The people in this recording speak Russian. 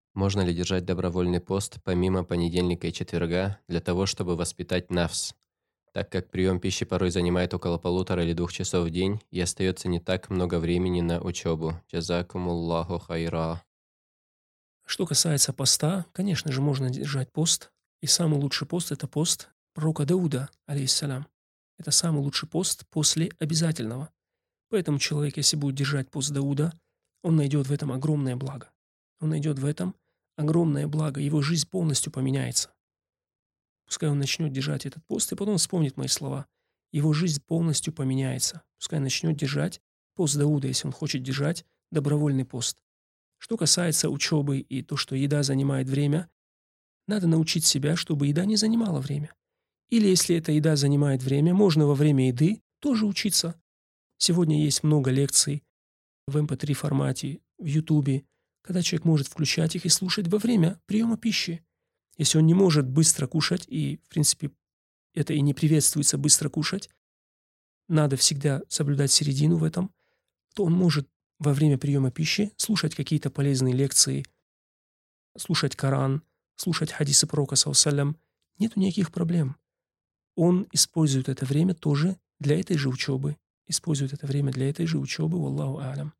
Можно ли держать добровольный пост помимо понедельника и четверга для того, чтобы воспитать нафс, так как прием пищи порой занимает около 1,5 или 2 часов в день и остается не так много времени на учебу? Джазакумуллаху хайра. Что касается поста, конечно же, можно держать пост. И самый лучший пост– это пост пророка Дауда, алейхиссалям. Это самый лучший пост после обязательного. Поэтому человек, если будет держать пост Дауда, он найдет в этом огромное благо. Он найдет в этом огромное благо. Его жизнь полностью поменяется. Пускай он начнет держать этот пост, и потом вспомнит мои слова. Его жизнь полностью поменяется. Пускай начнет держать пост Дауда, если он хочет держать добровольный пост. Что касается учебы и то, что еда занимает время, надо научить себя, чтобы еда не занимала время. Или если эта еда занимает время, можно во время еды тоже учиться. Сегодня есть много лекций в MP3 формате, в Ютубе, когда человек может включать их и слушать во время приема пищи. Если он не может быстро кушать, и, в принципе, это и не приветствуется быстро кушать, надо всегда соблюдать середину в этом, то он может во время приема пищи слушать какие-то полезные лекции, слушать Коран, слушать хадисы пророка, саллям. Нету никаких проблем. Он использует это время тоже для этой же учебы. Использует это время для этой же учебы, валлаху алям.